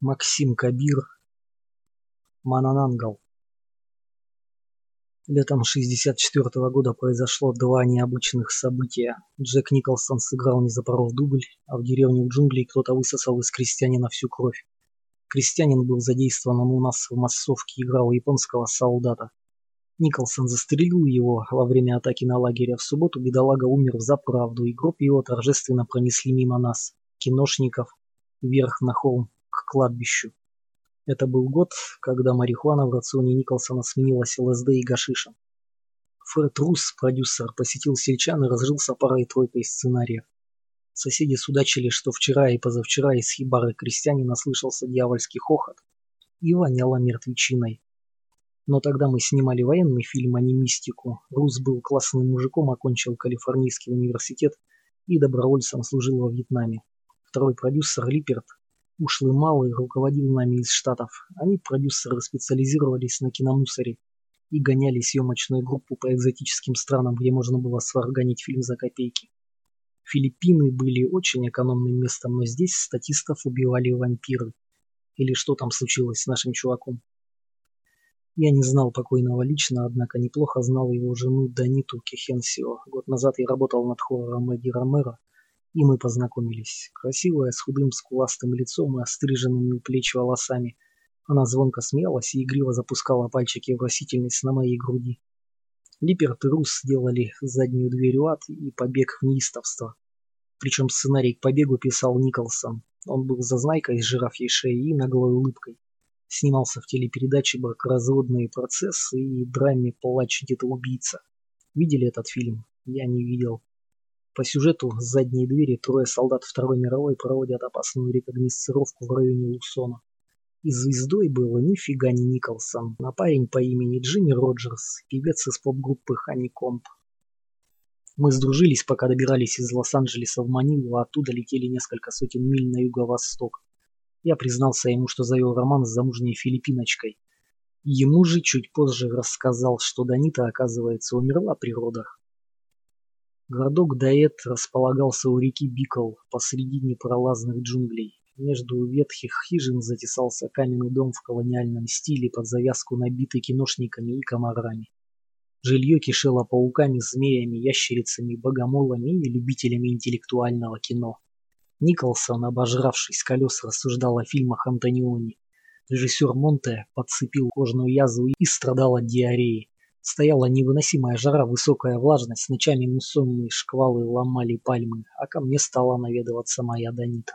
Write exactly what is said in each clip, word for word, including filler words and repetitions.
Максим Кабир, Мананангал. Летом шестьдесят четвёртого года произошло два необычных события. Джек Николсон сыграл, не запоров дубль, а в деревне у джунглей кто-то высосал из крестьянина всю кровь. Крестьянин был задействован у нас в массовке, играл японского солдата. Николсон застрелил его во время атаки на лагерь, а в субботу бедолага умер взаправду, и гроб его торжественно пронесли мимо нас, киношников, вверх на холм, к кладбищу. Это был год, когда марихуана в рационе Николсона сменилась ЛСД и гашишем. Фред Рус, продюсер, посетил сельчан и разжился парой-тройкой сценариев. Соседи судачили, что вчера и позавчера из хибары крестьянина слышался дьявольский хохот и воняло мертвечиной. Но тогда мы снимали военный фильм, а не мистику. Рус был классным мужиком, окончил Калифорнийский университет и добровольцем служил во Вьетнаме. Второй продюсер, Липерт, ушлый малый, руководил нами из Штатов. Они, продюсеры, специализировались на киномусоре и гоняли съемочную группу по экзотическим странам, где можно было сварганить фильм за копейки. Филиппины были очень экономным местом, но здесь статистов убивали вампиры. Или что там случилось с нашим чуваком? Я не знал покойного лично, однако неплохо знал его жену Даниту Кехенсио. Год назад я работал над хоррором Эдди Ромеро, и мы познакомились. Красивая, с худым скуластым лицом и остриженными у плеч волосами. Она звонко смеялась и игриво запускала пальчики в растительность на моей груди. Липерт и Рус сделали заднюю дверь в ад и побег в неистовство. Причем сценарий к побегу писал Николсон. Он был зазнайкой с жирафьей шеей и наглой улыбкой. Снимался в телепередаче «Бракоразводные процессы» и драме «Плач детоубийца». Видели этот фильм? Я не видел. По сюжету с задней двери трое солдат Второй мировой проводят опасную рекогносцировку в районе Лусона. И звездой был нифига не Николсон, а парень по имени Джимми Роджерс, певец из поп-группы Honeycomb. Мы сдружились, пока добирались из Лос-Анджелеса в Манилу, а оттуда летели несколько сотен миль на юго-восток. Я признался ему, что завел роман с замужней филиппиночкой. Ему же чуть позже рассказал, что Данита, оказывается, умерла при родах. Городок Даэт располагался у реки Бикл посреди непролазных джунглей. Между ветхих хижин затесался каменный дом в колониальном стиле, под завязку набитый киношниками и комарами. Жилье кишело пауками, змеями, ящерицами, богомолами и любителями интеллектуального кино. Николсон, обожравшись колес, рассуждал о фильмах Антониони. Режиссер Монте подцепил кожную язву и страдал от диареи. Стояла невыносимая жара, высокая влажность, ночами муссонные шквалы ломали пальмы, а ко мне стала наведываться моя Данита.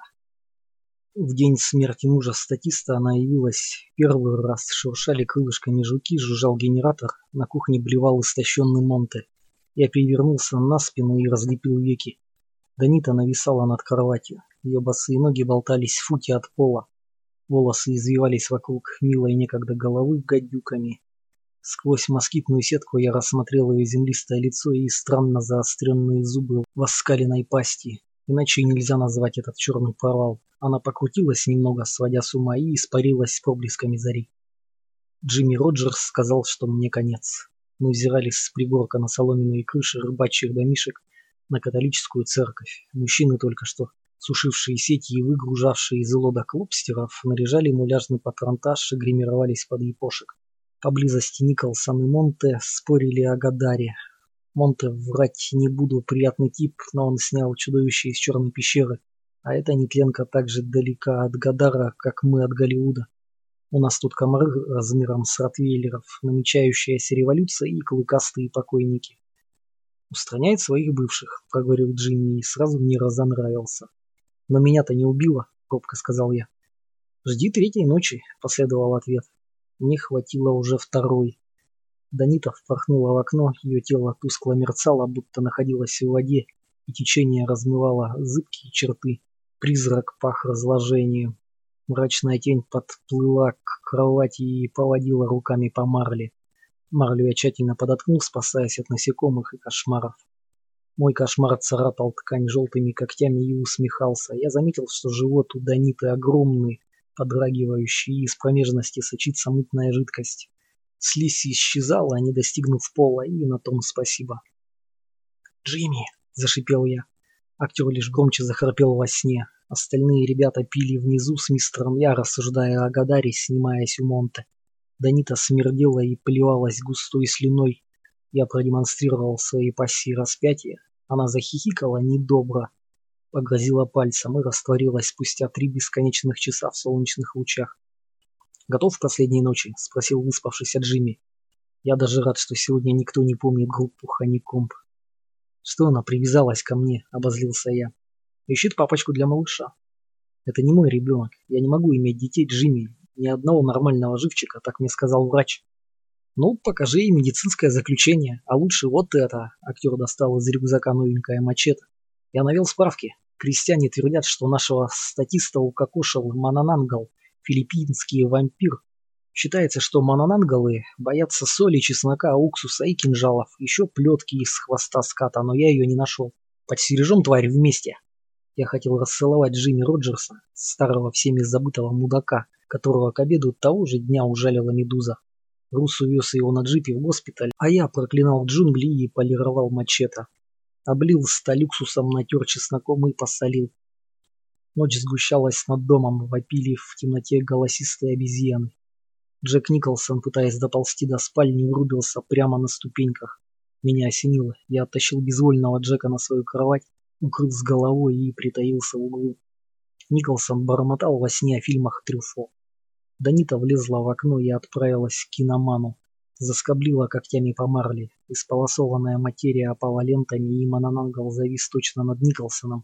В день смерти мужа статиста она явилась первый раз, шуршали крылышками жуки, жужжал генератор, на кухне блевал истощенный Монте. Я перевернулся на спину и разлепил веки. Данита нависала над кроватью. Ее босые ноги болтались в футе от пола. Волосы извивались вокруг милой некогда головы гадюками. Сквозь москитную сетку я рассмотрел ее землистое лицо и странно заостренные зубы в оскаленной пасти. Иначе нельзя назвать этот черный провал. Она покрутилась немного, сводя с ума, и испарилась с проблесками зари. Джимми Роджерс сказал, что мне конец. Мы взирались с пригорка на соломенные крыши рыбачьих домишек, на католическую церковь. Мужчины, только что сушившие сети и выгружавшие из лодок лобстеров, наряжали муляжный патронтаж и гримировались под япошек. Поблизости Николсон и Монте спорили о Гадаре. Монте, врать не буду, приятный тип, но он снял чудовище из черной пещеры. А эта нетленка так же далека от Гадара, как мы от Голливуда. У нас тут комары размером с ротвейлеров, намечающаяся революция и клыкастые покойники. «Устраняет своих бывших», — проговорил Джимми, и сразу мне разонравился. «Но меня-то не убило», — робко сказал я. «Жди третьей ночи», — последовал ответ. Мне хватило уже второй. Данита впорхнула в окно, ее тело тускло мерцало, будто находилось в воде, и течение размывало зыбкие черты. Призрак пах разложением. Мрачная тень подплыла к кровати и поводила руками по марле. Марлю я тщательно подоткнул, спасаясь от насекомых и кошмаров. Мой кошмар царапал ткань желтыми когтями и усмехался. Я заметил, что живот у Даниты огромный, подрагивающий, и из промежности сочится мутная жидкость. Слизь исчезала, не достигнув пола, и на том спасибо. «Джимми!» – зашипел я. Актер лишь громче захрапел во сне. Остальные ребята пили внизу с мистером Я, рассуждая о Гадаре, снимаясь у Монте. Данита смердела и плевалась густой слюной. Я продемонстрировал своей пассии распятие. Она захихикала недобро, погрозила пальцем и растворилась спустя три бесконечных часа в солнечных лучах. «Готов к последней ночи?» – спросил выспавшийся Джимми. «Я даже рад, что сегодня никто не помнит группу Ханикомб». «Что она привязалась ко мне?» – обозлился я. «Ищет папочку для малыша». «Это не мой ребенок. Я не могу иметь детей, Джимми. Ни одного нормального живчика, так мне сказал врач». «Ну, покажи ей медицинское заключение, а лучше вот это». Актер достал из рюкзака новенькое мачете. Я навел справки. Крестьяне твердят, что нашего статиста укокошил Мананангал, филиппинский вампир. Считается, что мананангалы боятся соли, чеснока, уксуса и кинжалов, еще плетки из хвоста ската, но я ее не нашел. Подстережем тварь вместе. Я хотел расцеловать Джимми Роджерса, старого всеми забытого мудака, которого к обеду того же дня ужалила медуза. Рус увез его на джипе в госпиталь, а я проклинал джунгли и полировал мачете. Облил сталь уксусом, натер чесноком и посолил. Ночь сгущалась над домом, вопили в темноте голосистые обезьяны. Джек Николсон, пытаясь доползти до спальни, врубился прямо на ступеньках. Меня осенило. Я оттащил безвольного Джека на свою кровать, укрыл с головой и притаился в углу. Николсон бормотал во сне о фильмах Трюффо. Данита влезла в окно и отправилась к киноману. Заскоблила когтями по марле. Исполосованная материя опала лентами, и Мананангал завис точно над Николсоном.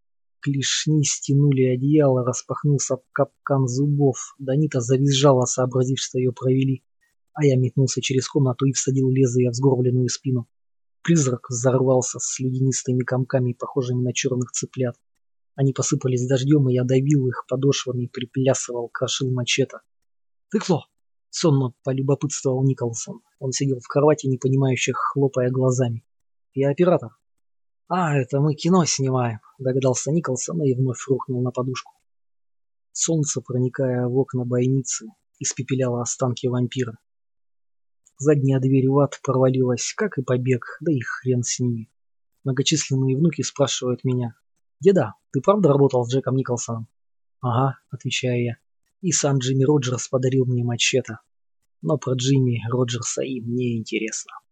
Клешни стянули одеяло, распахнулся капкан зубов. Данита завизжала, сообразив, что ее провели. А я метнулся через комнату и всадил лезвие в сгорбленную спину. Призрак взорвался с ледянистыми комками, похожими на черных цыплят. Они посыпались дождем, и я давил их подошвами, приплясывал, крошил мачете. «Ты кто?» — сонно полюбопытствовал Николсон. Он сидел в кровати, непонимающе хлопая глазами. «Я оператор». «А, это мы кино снимаем», — догадался Николсон и вновь рухнул на подушку. Солнце, проникая в окна бойницы, испепеляло останки вампира. Задняя дверь в ад провалилась, как и побег, да и хрен с ними. Многочисленные внуки спрашивают меня: «Деда, ты правда работал с Джеком Николсоном?» «Ага», — отвечаю я. И сам Джимми Роджерс подарил мне мачете. Но про Джимми Роджерса им не интересно.